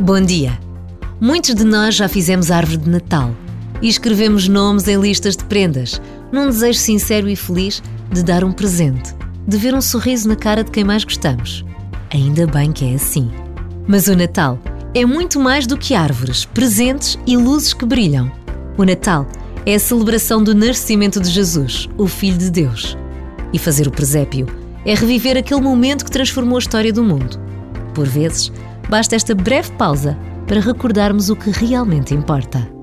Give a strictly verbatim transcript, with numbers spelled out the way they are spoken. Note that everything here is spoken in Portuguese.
Bom dia! Muitos de nós já fizemos árvore de Natal e escrevemos nomes em listas de prendas, num desejo sincero e feliz de dar um presente, de ver um sorriso na cara de quem mais gostamos. Ainda bem que é assim. Mas o Natal é muito mais do que árvores, presentes e luzes que brilham. O Natal é a celebração do nascimento de Jesus, o Filho de Deus. E fazer o presépio é reviver aquele momento que transformou a história do mundo. Por vezes, basta esta breve pausa para recordarmos o que realmente importa.